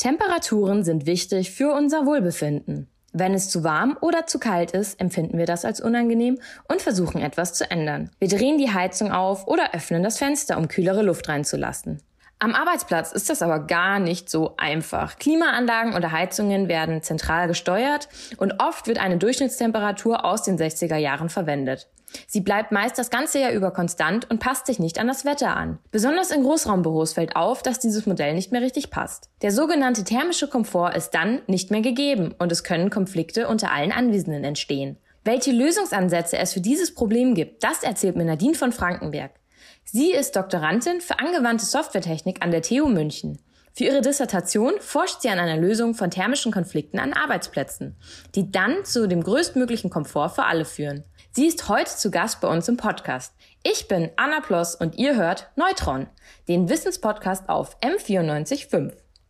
Temperaturen sind wichtig für unser Wohlbefinden. Wenn es zu warm oder zu kalt ist, empfinden wir das als unangenehm und versuchen etwas zu ändern. Wir drehen die Heizung auf oder öffnen das Fenster, um kühlere Luft reinzulassen. Am Arbeitsplatz ist das aber gar nicht so einfach. Klimaanlagen oder Heizungen werden zentral gesteuert und oft wird eine Durchschnittstemperatur aus den 60er Jahren verwendet. Sie bleibt meist das ganze Jahr über konstant und passt sich nicht an das Wetter an. Besonders in Großraumbüros fällt auf, dass dieses Modell nicht mehr richtig passt. Der sogenannte thermische Komfort ist dann nicht mehr gegeben und es können Konflikte unter allen Anwesenden entstehen. Welche Lösungsansätze es für dieses Problem gibt, das erzählt mir Nadine von Frankenberg. Sie ist Doktorandin für angewandte Softwaretechnik an der TU München. Für ihre Dissertation forscht sie an einer Lösung von thermischen Konflikten an Arbeitsplätzen, die dann zu dem größtmöglichen Komfort für alle führen. Sie ist heute zu Gast bei uns im Podcast. Ich bin Anna Ploss und ihr hört Neutron, den Wissenspodcast auf M94.5.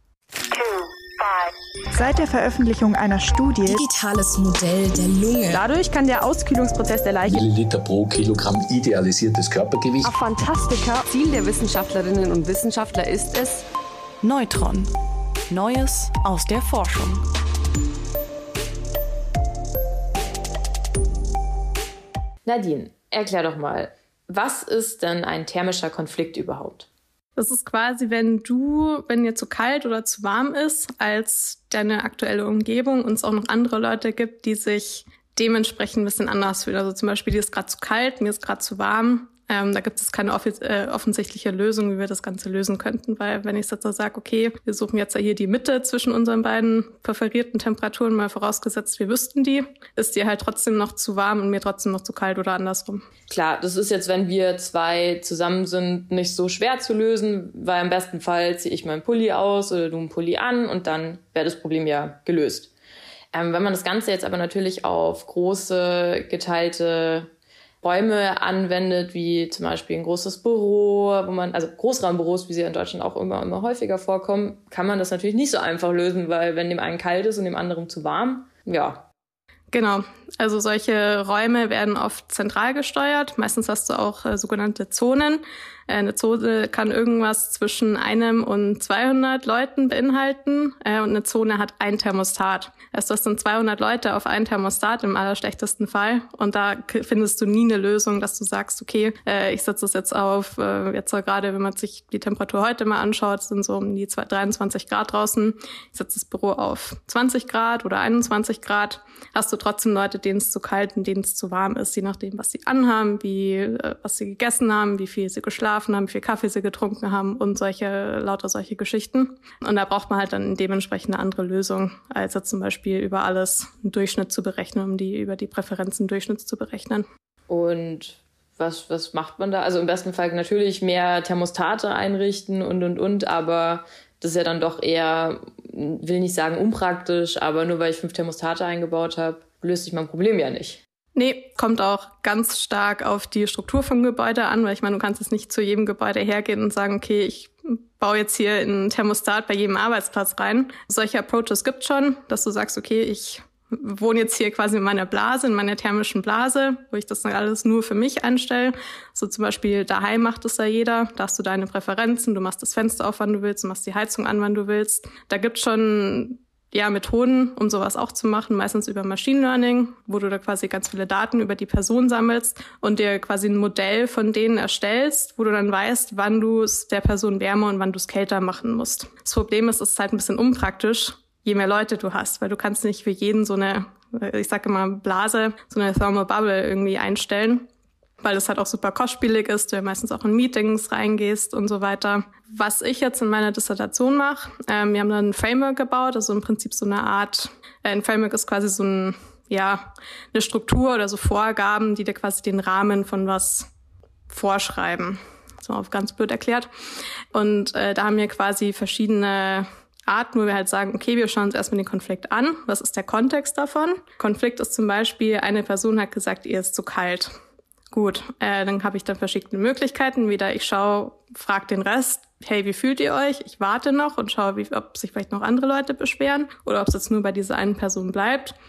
Seit der Veröffentlichung einer Studie Digitales Modell der Lunge. Dadurch kann der Auskühlungsprozess der Leiche Milliliter pro Kilogramm idealisiertes Körpergewicht. Fantastika. Ziel der Wissenschaftlerinnen und Wissenschaftler ist es, Neutron. Neues aus der Forschung. Nadine, erklär doch mal, was ist denn ein thermischer Konflikt überhaupt? Das ist quasi, wenn dir zu kalt oder zu warm ist als deine aktuelle Umgebung und es auch noch andere Leute gibt, die sich dementsprechend ein bisschen anders fühlen. Also zum Beispiel, dir ist gerade zu kalt, mir ist gerade zu warm. Da gibt es keine offensichtliche Lösung, wie wir das Ganze lösen könnten. Weil wenn ich jetzt so sage, okay, wir suchen jetzt ja hier die Mitte zwischen unseren beiden präferierten Temperaturen, mal vorausgesetzt, wir wüssten die, ist dir halt trotzdem noch zu warm und mir trotzdem noch zu kalt oder andersrum. Klar, das ist jetzt, wenn wir zwei zusammen sind, nicht so schwer zu lösen, weil im besten Fall ziehe ich meinen Pulli aus oder du einen Pulli an und dann wäre das Problem ja gelöst. Wenn man das Ganze jetzt aber natürlich auf große geteilte Räume anwendet, wie zum Beispiel ein großes Büro, also Großraumbüros, wie sie in Deutschland auch immer häufiger vorkommen, kann man das natürlich nicht so einfach lösen, weil wenn dem einen kalt ist und dem anderen zu warm, ja. Genau, also solche Räume werden oft zentral gesteuert. Meistens hast du auch sogenannte Zonen. Eine Zone kann irgendwas zwischen 1 und 200 Leuten beinhalten und eine Zone hat ein Thermostat. Das heißt, du hast dann 200 Leute auf einen Thermostat im allerschlechtesten Fall und da findest du nie eine Lösung, dass du sagst, okay, ich setze das jetzt auf, jetzt gerade, wenn man sich die Temperatur heute mal anschaut, sind so um die 23 Grad draußen. Ich setze das Büro auf 20 Grad oder 21 Grad. Hast du trotzdem Leute, denen es zu kalt und denen es zu warm ist, je nachdem, was sie anhaben, was sie gegessen haben, wie viel sie geschlafen haben, wie viel Kaffee sie getrunken haben und lauter solche Geschichten. Und da braucht man halt dann dementsprechend eine andere Lösung, als jetzt zum Beispiel über alles einen Durchschnitt zu berechnen, über die Präferenzen einen Durchschnitt zu berechnen. Und was macht man da? Also im besten Fall natürlich mehr Thermostate einrichten und, aber das ist ja dann doch eher, will nicht sagen unpraktisch, aber nur weil ich 5 Thermostate eingebaut habe, löst sich mein Problem ja nicht. Nee, kommt auch ganz stark auf die Struktur vom Gebäude an, weil ich meine, du kannst jetzt nicht zu jedem Gebäude hergehen und sagen, okay, ich baue jetzt hier ein Thermostat bei jedem Arbeitsplatz rein. Solche Approaches gibt schon, dass du sagst, okay, ich wohne jetzt hier quasi in meiner Blase, in meiner thermischen Blase, wo ich das dann alles nur für mich einstelle. So zum Beispiel daheim macht es ja jeder. Da hast du deine Präferenzen, du machst das Fenster auf, wann du willst, du machst die Heizung an, wann du willst. Da gibt's schon Methoden, um sowas auch zu machen, meistens über Machine Learning, wo du da quasi ganz viele Daten über die Person sammelst und dir quasi ein Modell von denen erstellst, wo du dann weißt, wann du es der Person wärmer und wann du es kälter machen musst. Das Problem ist, es ist halt ein bisschen unpraktisch, je mehr Leute du hast, weil du kannst nicht für jeden so eine, ich sage immer Blase, so eine Thermal Bubble irgendwie einstellen, weil es halt auch super kostspielig ist, du ja meistens auch in Meetings reingehst und so weiter. Was ich jetzt in meiner Dissertation mache, wir haben dann ein Framework gebaut, also im Prinzip so eine Art, ein Framework ist quasi so eine Struktur oder so Vorgaben, die dir quasi den Rahmen von was vorschreiben. So auf ganz blöd erklärt. Und da haben wir quasi verschiedene Arten, wo wir halt sagen, okay, wir schauen uns erstmal den Konflikt an. Was ist der Kontext davon? Konflikt ist zum Beispiel, eine Person hat gesagt, ihr ist zu kalt. Gut, dann habe ich dann verschiedene Möglichkeiten. Wieder ich frage den Rest, hey, wie fühlt ihr euch? Ich warte noch und schaue, ob sich vielleicht noch andere Leute beschweren oder ob es jetzt nur bei dieser einen Person bleibt.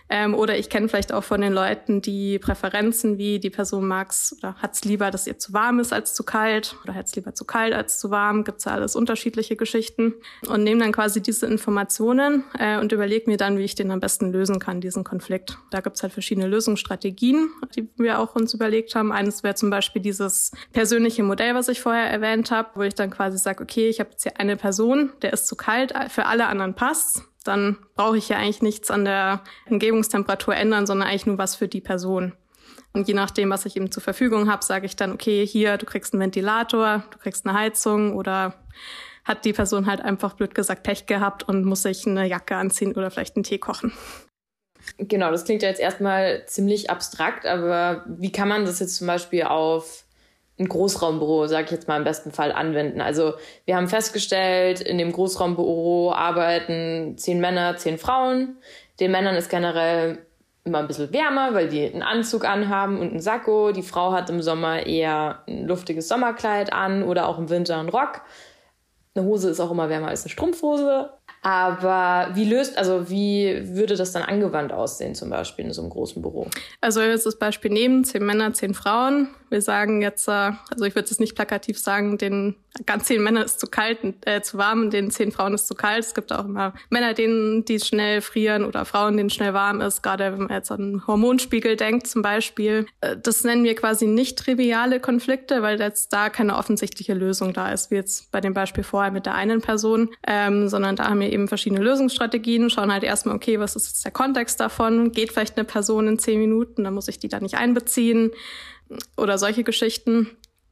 Oder ich kenne vielleicht auch von den Leuten die Präferenzen, wie die Person mag's oder hat's lieber, dass ihr zu warm ist als zu kalt oder hat's lieber zu kalt als zu warm. Gibt's ja alles unterschiedliche Geschichten. Und nehme dann quasi diese Informationen und überlege mir dann, wie ich den am besten lösen kann, diesen Konflikt. Da gibt's halt verschiedene Lösungsstrategien, die wir auch uns überlegt haben. Eines wäre zum Beispiel dieses persönliche Modell, was ich vorher erwähnt habe, wo ich dann quasi sage, okay, ich habe jetzt hier eine Person, der ist zu kalt, für alle anderen passt. Dann brauche ich ja eigentlich nichts an der Umgebungstemperatur ändern, sondern eigentlich nur was für die Person. Und je nachdem, was ich eben zur Verfügung habe, sage ich dann, okay, hier, du kriegst einen Ventilator, du kriegst eine Heizung, oder hat die Person halt einfach blöd gesagt Pech gehabt und muss sich eine Jacke anziehen oder vielleicht einen Tee kochen. Genau, das klingt ja jetzt erstmal ziemlich abstrakt, aber wie kann man das jetzt zum Beispiel auf ein Großraumbüro, sage ich jetzt mal im besten Fall, anwenden? Also wir haben festgestellt, in dem Großraumbüro arbeiten 10 Männer, 10 Frauen. Den Männern ist generell immer ein bisschen wärmer, weil die einen Anzug anhaben und einen Sakko. Die Frau hat im Sommer eher ein luftiges Sommerkleid an oder auch im Winter einen Rock. Eine Hose ist auch immer wärmer als eine Strumpfhose. Aber wie würde das dann angewandt aussehen, zum Beispiel in so einem großen Büro? Also wenn wir jetzt das Beispiel nehmen, 10 Männer, 10 Frauen. Wir sagen jetzt, also ich würde es nicht plakativ sagen, den ganz 10 Männern ist zu kalt, zu warm, und den 10 Frauen ist zu kalt. Es gibt auch immer Männer, die schnell frieren, oder Frauen, denen schnell warm ist, gerade wenn man jetzt an den Hormonspiegel denkt zum Beispiel. Das nennen wir quasi nicht triviale Konflikte, weil jetzt da keine offensichtliche Lösung da ist, wie jetzt bei dem Beispiel vorher mit der einen Person, sondern da haben wir eben verschiedene Lösungsstrategien, schauen halt erstmal, okay, was ist jetzt der Kontext davon? Geht vielleicht eine Person in 10 Minuten, dann muss ich die da nicht einbeziehen oder solche Geschichten.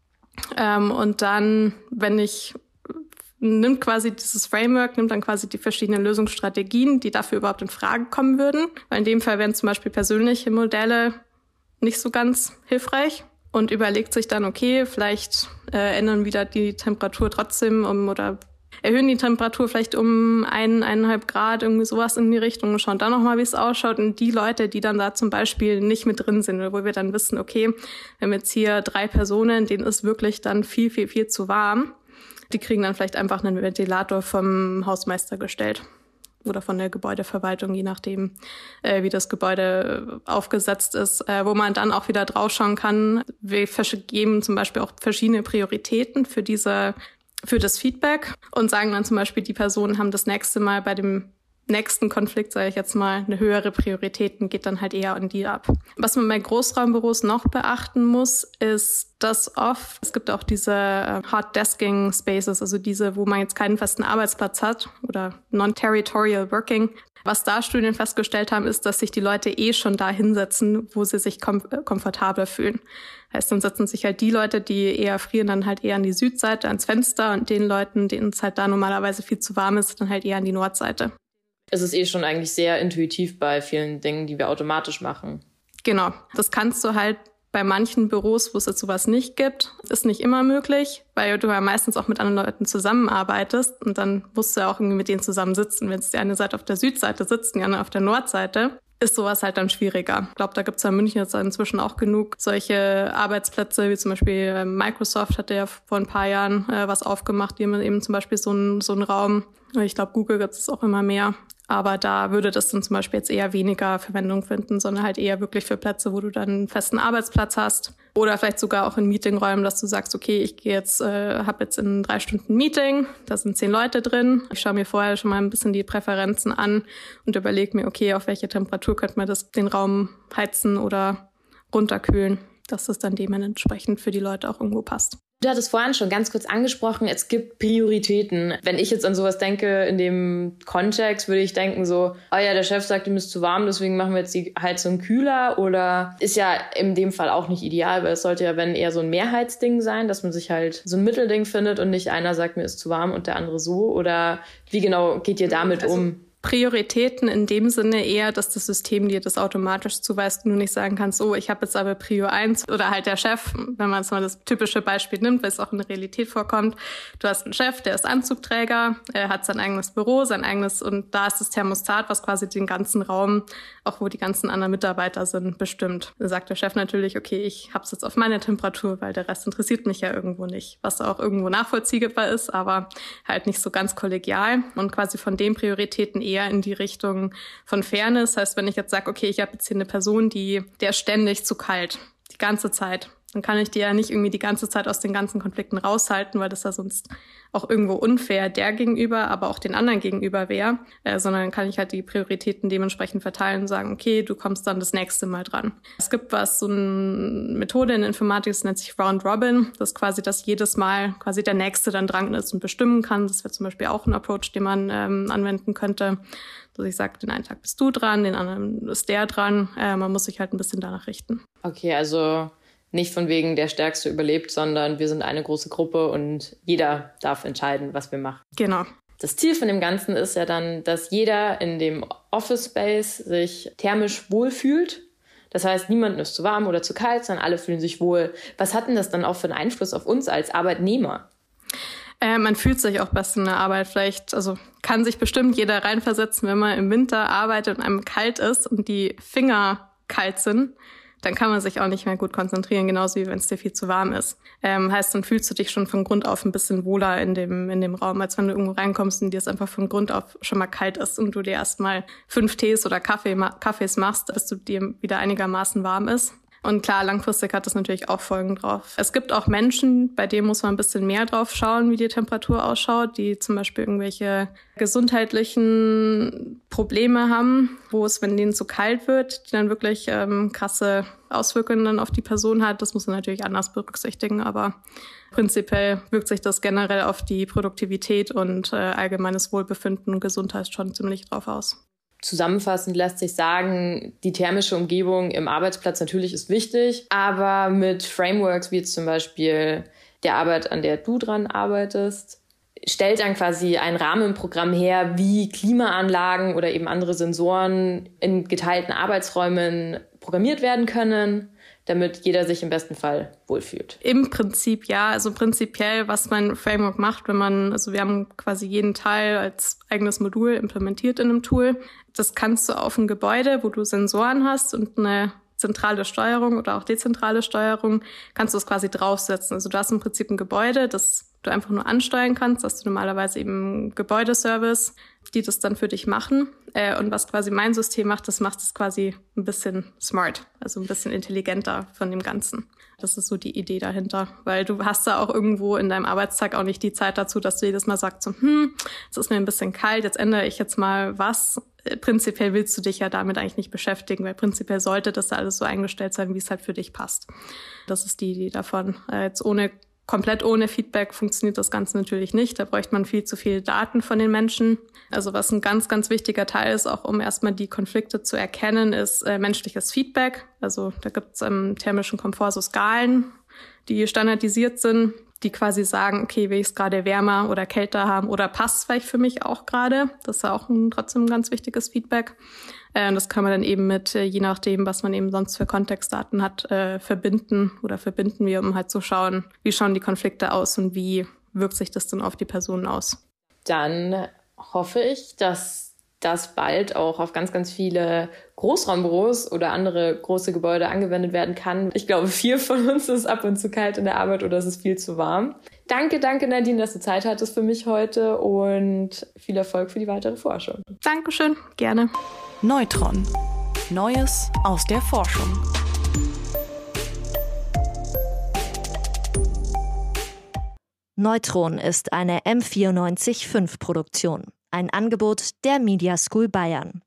Und dann, nimmt quasi dieses Framework, nimmt dann quasi die verschiedenen Lösungsstrategien, die dafür überhaupt in Frage kommen würden. Weil in dem Fall wären zum Beispiel persönliche Modelle nicht so ganz hilfreich, und überlegt sich dann, okay, vielleicht ändern wieder die Temperatur trotzdem oder erhöhen die Temperatur vielleicht um 1,5 Grad, irgendwie sowas in die Richtung, und schauen dann nochmal, wie es ausschaut. Und die Leute, die dann da zum Beispiel nicht mit drin sind, wo wir dann wissen, okay, wir haben jetzt hier 3 Personen, denen ist wirklich dann viel, viel, viel zu warm, die kriegen dann vielleicht einfach einen Ventilator vom Hausmeister gestellt oder von der Gebäudeverwaltung, je nachdem, wie das Gebäude aufgesetzt ist, wo man dann auch wieder draufschauen kann. Wir geben zum Beispiel auch verschiedene Prioritäten für das Feedback und sagen dann zum Beispiel, die Personen haben das nächste Mal bei dem nächsten Konflikt, sage ich jetzt mal, eine höhere Priorität und geht dann halt eher an die ab. Was man bei Großraumbüros noch beachten muss, ist, dass es gibt auch diese Hard Desking Spaces, also diese, wo man jetzt keinen festen Arbeitsplatz hat, oder Non-Territorial Working. Was da Studien festgestellt haben, ist, dass sich die Leute schon da hinsetzen, wo sie sich komfortabler fühlen. Heißt, dann setzen sich halt die Leute, die eher frieren, dann halt eher an die Südseite, ans Fenster, und den Leuten, denen es halt da normalerweise viel zu warm ist, dann halt eher an die Nordseite. Es ist schon eigentlich sehr intuitiv bei vielen Dingen, die wir automatisch machen. Genau. Das kannst du halt bei manchen Büros, wo es jetzt sowas nicht gibt, ist nicht immer möglich, weil du ja meistens auch mit anderen Leuten zusammenarbeitest, und dann musst du ja auch irgendwie mit denen zusammen sitzen. Wenn es die eine Seite auf der Südseite sitzt und die andere auf der Nordseite, ist sowas halt dann schwieriger. Ich glaube, da gibt es ja in München jetzt inzwischen auch genug solche Arbeitsplätze, wie zum Beispiel Microsoft hatte ja vor ein paar Jahren was aufgemacht, die haben eben zum Beispiel so einen Raum. Ich glaube, Google gibt es auch immer mehr. Aber da würde das dann zum Beispiel jetzt eher weniger Verwendung finden, sondern halt eher wirklich für Plätze, wo du dann einen festen Arbeitsplatz hast. Oder vielleicht sogar auch in Meetingräumen, dass du sagst, okay, ich habe jetzt in 3 Stunden ein Meeting, da sind 10 Leute drin. Ich schaue mir vorher schon mal ein bisschen die Präferenzen an und überlege mir, okay, auf welche Temperatur könnte man den Raum heizen oder runterkühlen, dass das dann dementsprechend für die Leute auch irgendwo passt. Du hattest vorhin schon ganz kurz angesprochen, es gibt Prioritäten. Wenn ich jetzt an sowas denke, in dem Kontext, würde ich denken so, oh ja, der Chef sagt, ihm ist zu warm, deswegen machen wir jetzt die Heizung kühler. Oder ist ja in dem Fall auch nicht ideal, weil es sollte ja, wenn, eher so ein Mehrheitsding sein, dass man sich halt so ein Mittelding findet und nicht einer sagt, mir ist zu warm und der andere so. Oder wie genau geht ihr damit um? Prioritäten in dem Sinne eher, dass das System dir das automatisch zuweist und du nicht sagen kannst, oh, ich habe jetzt aber Prio 1 oder halt der Chef, wenn man jetzt mal das typische Beispiel nimmt, weil es auch in der Realität vorkommt. Du hast einen Chef, der ist Anzugträger, er hat sein eigenes Büro, und da ist das Thermostat, was quasi den ganzen Raum, auch wo die ganzen anderen Mitarbeiter sind, bestimmt. Dann sagt der Chef natürlich, okay, ich hab's jetzt auf meine Temperatur, weil der Rest interessiert mich ja irgendwo nicht, was auch irgendwo nachvollziehbar ist, aber halt nicht so ganz kollegial und quasi von den Prioritäten eher eher in die Richtung von Fairness. Das heißt, wenn ich jetzt sage, okay, ich habe jetzt hier eine Person, der ist ständig zu kalt, die ganze Zeit, dann kann ich die ja nicht irgendwie die ganze Zeit aus den ganzen Konflikten raushalten, weil das ja sonst auch irgendwo unfair der gegenüber, aber auch den anderen gegenüber wäre, sondern dann kann ich halt die Prioritäten dementsprechend verteilen und sagen, okay, du kommst dann das nächste Mal dran. Es gibt so eine Methode in Informatik, das nennt sich Round Robin, das ist quasi, dass jedes Mal quasi der Nächste dann dran ist und bestimmen kann. Das wäre zum Beispiel auch ein Approach, den man anwenden könnte. Dass ich sage, den einen Tag bist du dran, den anderen ist der dran. Man muss sich halt ein bisschen danach richten. Okay, also nicht von wegen der Stärkste überlebt, sondern wir sind eine große Gruppe und jeder darf entscheiden, was wir machen. Genau. Das Ziel von dem Ganzen ist ja dann, dass jeder in dem Office Space sich thermisch wohlfühlt. Das heißt, niemandem ist zu warm oder zu kalt, sondern alle fühlen sich wohl. Was hat denn das dann auch für einen Einfluss auf uns als Arbeitnehmer? Man fühlt sich auch besser in der Arbeit. Vielleicht, also kann sich bestimmt jeder reinversetzen, wenn man im Winter arbeitet und einem kalt ist und die Finger kalt sind, dann kann man sich auch nicht mehr gut konzentrieren, genauso wie wenn es dir viel zu warm ist. Heißt, dann fühlst du dich schon von Grund auf ein bisschen wohler in dem Raum, als wenn du irgendwo reinkommst und dir es einfach von Grund auf schon mal kalt ist und du dir erstmal 5 Tees oder Kaffees machst, bis du dir wieder einigermaßen warm ist. Und klar, langfristig hat das natürlich auch Folgen drauf. Es gibt auch Menschen, bei denen muss man ein bisschen mehr drauf schauen, wie die Temperatur ausschaut, die zum Beispiel irgendwelche gesundheitlichen Probleme haben, wo es, wenn denen zu kalt wird, die dann wirklich krasse Auswirkungen dann auf die Person hat. Das muss man natürlich anders berücksichtigen, aber prinzipiell wirkt sich das generell auf die Produktivität und allgemeines Wohlbefinden und Gesundheit schon ziemlich drauf aus. Zusammenfassend lässt sich sagen, die thermische Umgebung im Arbeitsplatz natürlich ist wichtig, aber mit Frameworks wie jetzt zum Beispiel der Arbeit, an der du dran arbeitest, stellt dann quasi ein Rahmenprogramm her, wie Klimaanlagen oder eben andere Sensoren in geteilten Arbeitsräumen programmiert werden können, damit jeder sich im besten Fall wohlfühlt. Im Prinzip ja, also prinzipiell, was mein Framework macht, also wir haben quasi jeden Teil als eigenes Modul implementiert in einem Tool. Das kannst du auf ein Gebäude, wo du Sensoren hast und eine zentrale Steuerung oder auch dezentrale Steuerung, kannst du es quasi draufsetzen. Also du hast im Prinzip ein Gebäude, das du einfach nur ansteuern kannst. Das hast du normalerweise eben einen Gebäudeservice, die das dann für dich machen. Und was quasi mein System macht, das macht es quasi ein bisschen smart, also ein bisschen intelligenter von dem Ganzen. Das ist so die Idee dahinter, weil du hast da auch irgendwo in deinem Arbeitstag auch nicht die Zeit dazu, dass du jedes Mal sagst, so, es ist mir ein bisschen kalt, jetzt ändere ich jetzt mal was. Prinzipiell willst du dich ja damit eigentlich nicht beschäftigen, weil prinzipiell sollte das da alles so eingestellt sein, wie es halt für dich passt. Das ist die Idee davon. Jetzt komplett ohne Feedback funktioniert das Ganze natürlich nicht. Da bräuchte man viel zu viele Daten von den Menschen. Also was ein ganz, ganz wichtiger Teil ist, auch um erstmal die Konflikte zu erkennen, ist menschliches Feedback. Also da gibt es im thermischen Komfort so Skalen, die standardisiert sind, die quasi sagen, okay, will ich es gerade wärmer oder kälter haben oder passt es vielleicht für mich auch gerade. Das ist ja auch trotzdem ein ganz wichtiges Feedback. Das kann man dann eben mit, je nachdem, was man eben sonst für Kontextdaten hat, verbinden wir, um halt zu schauen, wie schauen die Konflikte aus und wie wirkt sich das dann auf die Personen aus. Dann hoffe ich, dass das bald auch auf ganz, ganz viele Großraumbüros oder andere große Gebäude angewendet werden kann. Ich glaube, 4 von uns ist ab und zu kalt in der Arbeit oder es ist viel zu warm. Danke Nadine, dass du Zeit hattest für mich heute und viel Erfolg für die weitere Forschung. Dankeschön, gerne. Neutron. Neues aus der Forschung. Neutron ist eine M94.5-Produktion. Ein Angebot der Media School Bayern.